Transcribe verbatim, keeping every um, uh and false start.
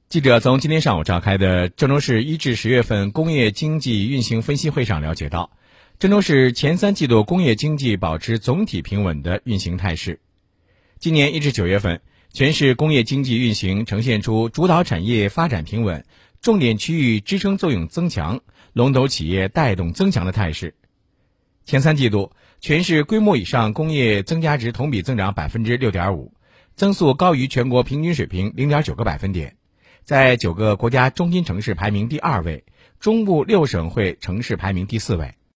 记者从今天上午召开的郑州市一至十月份工业经济运行分析会上了解到，郑州市前三季度工业经济保持总体平稳的运行态势。今年一至九月份，全市工业经济运行呈现出主导产业发展平稳、重点区域支撑作用增强、龙头企业带动增强的态势。前三季度，全市规模以上工业增加值同比增长 百分之六点五， 增速高于全国平均水平 零点九个百分点，在九个国家中心城市排名第二位，中部六省会城市排名第四位。